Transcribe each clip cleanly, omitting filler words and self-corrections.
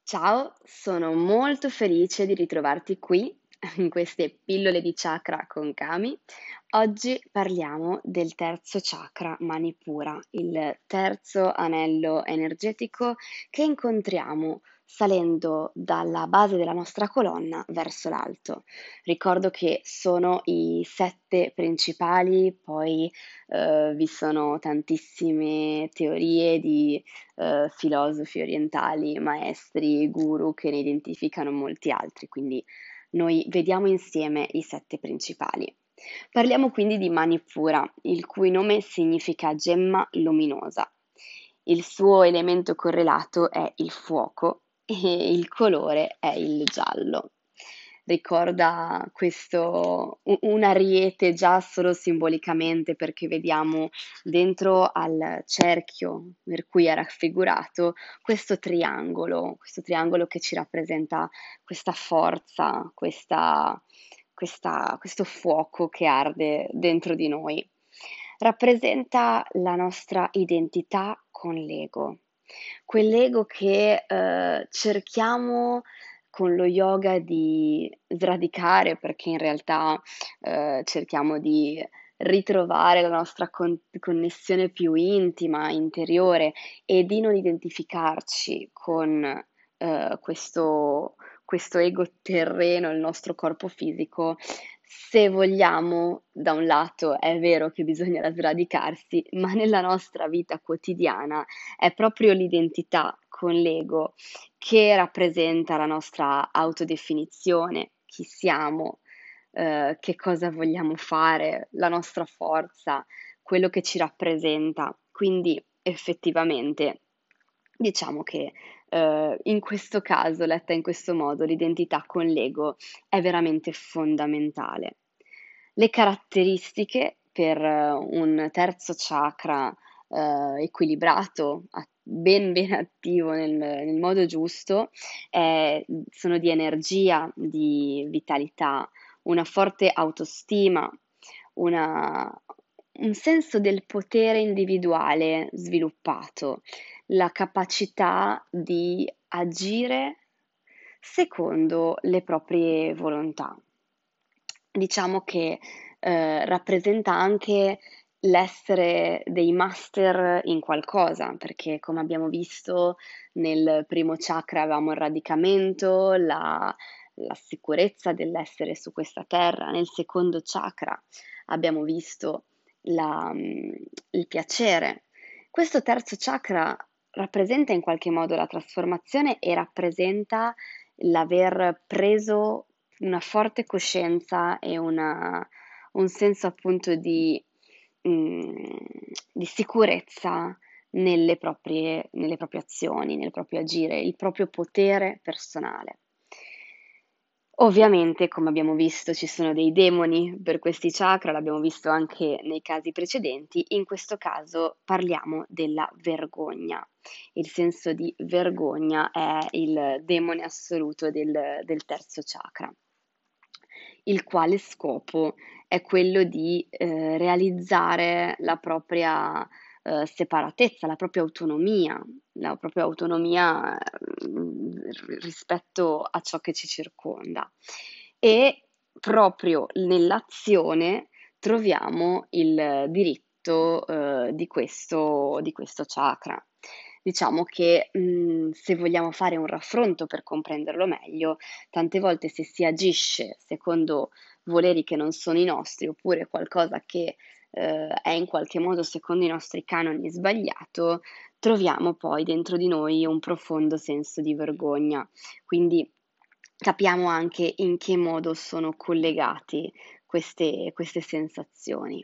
Ciao, sono molto felice di ritrovarti qui in queste pillole di chakra con Kami. Oggi parliamo del terzo chakra Manipura, il terzo anello energetico che incontriamo salendo dalla base della nostra colonna verso l'alto. Ricordo che sono i sette principali, poi vi sono tantissime teorie di filosofi orientali, maestri, guru che ne identificano molti altri, quindi noi vediamo insieme i sette principali. Parliamo quindi di Manipura, il cui nome significa gemma luminosa. Il suo elemento correlato è il fuoco e il colore è il giallo. Ricorda questo, un ariete già solo simbolicamente perché vediamo dentro al cerchio per cui è raffigurato questo triangolo che ci rappresenta questa forza, questo fuoco che arde dentro di noi. Rappresenta la nostra identità con l'ego, quell'ego che cerchiamo con lo yoga di sradicare perché in realtà cerchiamo di ritrovare la nostra connessione più intima, interiore e di non identificarci con questo ego terreno, il nostro corpo fisico. Se vogliamo, da un lato è vero che bisogna sradicarsi, ma nella nostra vita quotidiana è proprio l'identità con l'ego che rappresenta la nostra autodefinizione, chi siamo, che cosa vogliamo fare, la nostra forza, quello che ci rappresenta. Quindi effettivamente diciamo che in questo caso, letta in questo modo, l'identità con l'ego è veramente fondamentale. Le caratteristiche per un terzo chakra equilibrato, ben attivo nel modo giusto, sono di energia, di vitalità, una forte autostima, una- un senso del potere individuale sviluppato, la capacità di agire secondo le proprie volontà. Diciamo che rappresenta anche l'essere dei master in qualcosa, perché come abbiamo visto nel primo chakra avevamo il radicamento, la sicurezza dell'essere su questa terra, nel secondo chakra abbiamo visto il piacere. Questo terzo chakra rappresenta in qualche modo la trasformazione e rappresenta l'aver preso una forte coscienza e un senso appunto mh, di sicurezza nelle proprie azioni, nel proprio agire, il proprio potere personale. Ovviamente, come abbiamo visto, ci sono dei demoni per questi chakra, l'abbiamo visto anche nei casi precedenti. In questo caso parliamo della vergogna. Il senso di vergogna è il demone assoluto del terzo chakra, il quale scopo è quello di realizzare la propria separatezza, la propria autonomia rispetto a ciò che ci circonda. E proprio nell'azione troviamo il diritto di questo chakra. Diciamo che se vogliamo fare un raffronto per comprenderlo meglio, tante volte se si agisce secondo voleri che non sono i nostri, oppure qualcosa che è in qualche modo secondo i nostri canoni sbagliato, troviamo poi dentro di noi un profondo senso di vergogna. Quindi capiamo anche in che modo sono collegati queste sensazioni.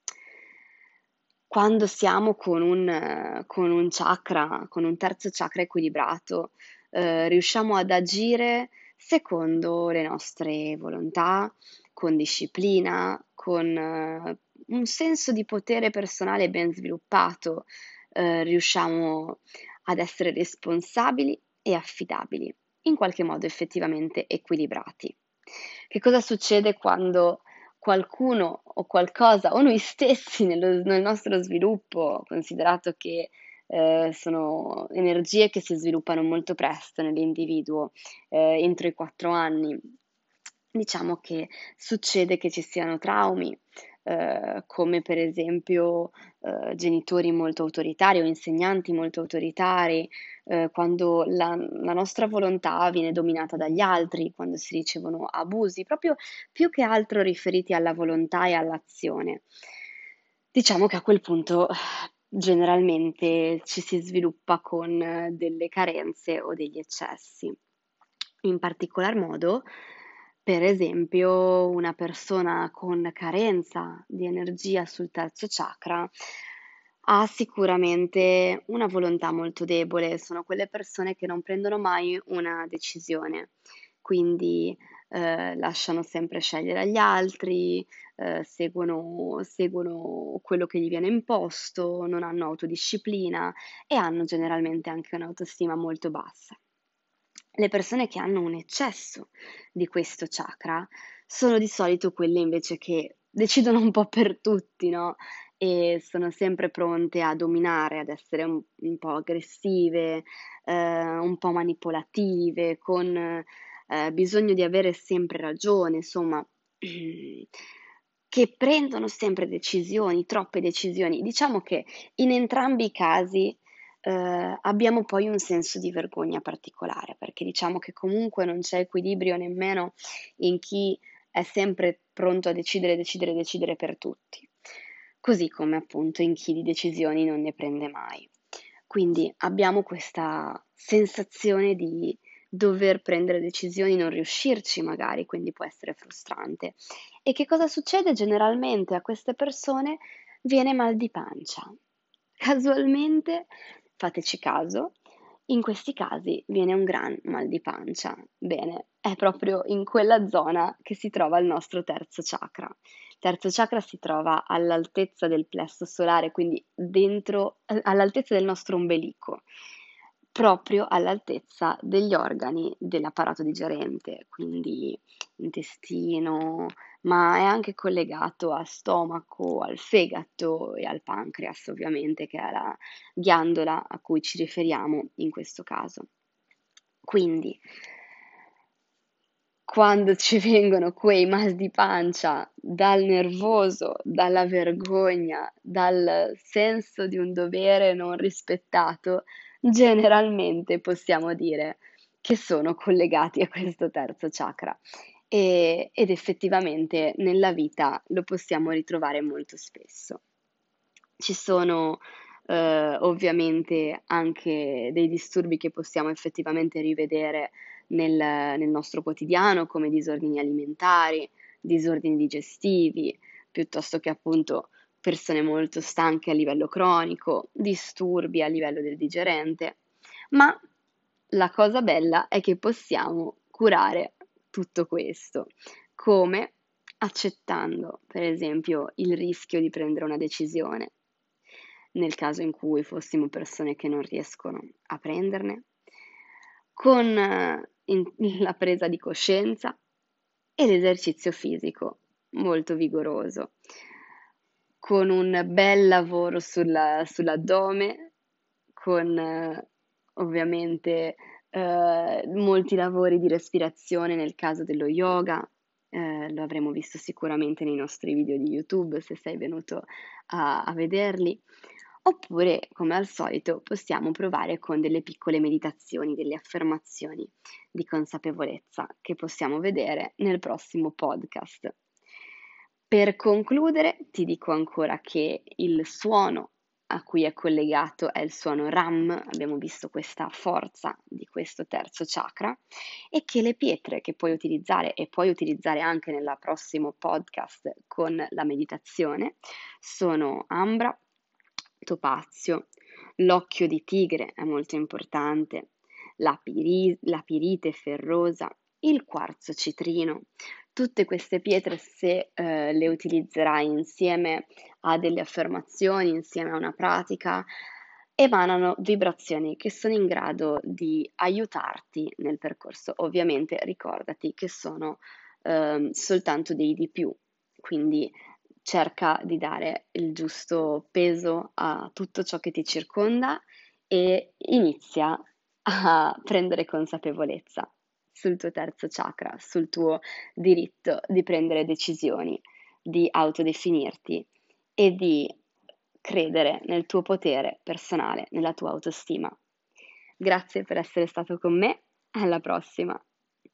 Quando siamo con un chakra, con un terzo chakra equilibrato, riusciamo ad agire secondo le nostre volontà, con disciplina, con un senso di potere personale ben sviluppato, riusciamo ad essere responsabili e affidabili, in qualche modo effettivamente equilibrati. Che cosa succede quando qualcuno o qualcosa o noi stessi nel nostro sviluppo, considerato che sono energie che si sviluppano molto presto nell'individuo, entro i 4 anni. Diciamo che succede che ci siano traumi, come per esempio, genitori molto autoritari o insegnanti molto autoritari, quando la nostra volontà viene dominata dagli altri, quando si ricevono abusi, proprio più che altro riferiti alla volontà e all'azione. Diciamo che a quel punto generalmente ci si sviluppa con delle carenze o degli eccessi. In particolar modo, per esempio, una persona con carenza di energia sul terzo chakra ha sicuramente una volontà molto debole, sono quelle persone che non prendono mai una decisione, quindi lasciano sempre scegliere agli altri, seguono quello che gli viene imposto, non hanno autodisciplina e hanno generalmente anche un'autostima molto bassa. Le persone che hanno un eccesso di questo chakra sono di solito quelle invece che decidono un po' per tutti, no? E sono sempre pronte a dominare, ad essere un po' aggressive, un po' manipolative, con bisogno di avere sempre ragione, insomma, che prendono sempre decisioni, troppe decisioni. Diciamo che in entrambi i casi abbiamo poi un senso di vergogna particolare, perché diciamo che comunque non c'è equilibrio nemmeno in chi è sempre pronto a decidere, decidere, decidere per tutti, così come appunto in chi di decisioni non ne prende mai. Quindi abbiamo questa sensazione di dover prendere decisioni, non riuscirci magari, quindi può essere frustrante. E che cosa succede generalmente a queste persone? Viene mal di pancia. Casualmente, fateci caso, in questi casi viene un gran mal di pancia. Bene, è proprio in quella zona che si trova il nostro terzo chakra. Il terzo chakra si trova all'altezza del plesso solare, quindi dentro, all'altezza del nostro ombelico, proprio all'altezza degli organi dell'apparato digerente, quindi intestino, ma è anche collegato a stomaco, al fegato e al pancreas, ovviamente, che è la ghiandola a cui ci riferiamo in questo caso. Quindi, quando ci vengono quei mal di pancia dal nervoso, dalla vergogna, dal senso di un dovere non rispettato, generalmente possiamo dire che sono collegati a questo terzo chakra ed effettivamente nella vita lo possiamo ritrovare molto spesso. Ci sono ovviamente anche dei disturbi che possiamo effettivamente rivedere nel nostro quotidiano, come disordini alimentari, disordini digestivi, piuttosto che appunto persone molto stanche a livello cronico, disturbi a livello del digerente, ma la cosa bella è che possiamo curare tutto questo, come accettando, per esempio, il rischio di prendere una decisione, nel caso in cui fossimo persone che non riescono a prenderne, con la presa di coscienza e l'esercizio fisico molto vigoroso, con un bel lavoro sull'addome, con ovviamente molti lavori di respirazione nel caso dello yoga, lo avremo visto sicuramente nei nostri video di YouTube se sei venuto a vederli. Oppure, come al solito, possiamo provare con delle piccole meditazioni, delle affermazioni di consapevolezza che possiamo vedere nel prossimo podcast. Per concludere, ti dico ancora che il suono a cui è collegato è il suono Ram, abbiamo visto questa forza di questo terzo chakra, e che le pietre che puoi utilizzare e puoi utilizzare anche nel prossimo podcast con la meditazione sono ambra, topazio, l'occhio di tigre è molto importante, la pirite ferrosa, il quarzo citrino. Tutte queste pietre, se le utilizzerai insieme a delle affermazioni, insieme a una pratica, emanano vibrazioni che sono in grado di aiutarti nel percorso. Ovviamente ricordati che sono soltanto dei di più, quindi cerca di dare il giusto peso a tutto ciò che ti circonda e inizia a prendere consapevolezza sul tuo terzo chakra, sul tuo diritto di prendere decisioni, di autodefinirti e di credere nel tuo potere personale, nella tua autostima. Grazie per essere stato con me, alla prossima.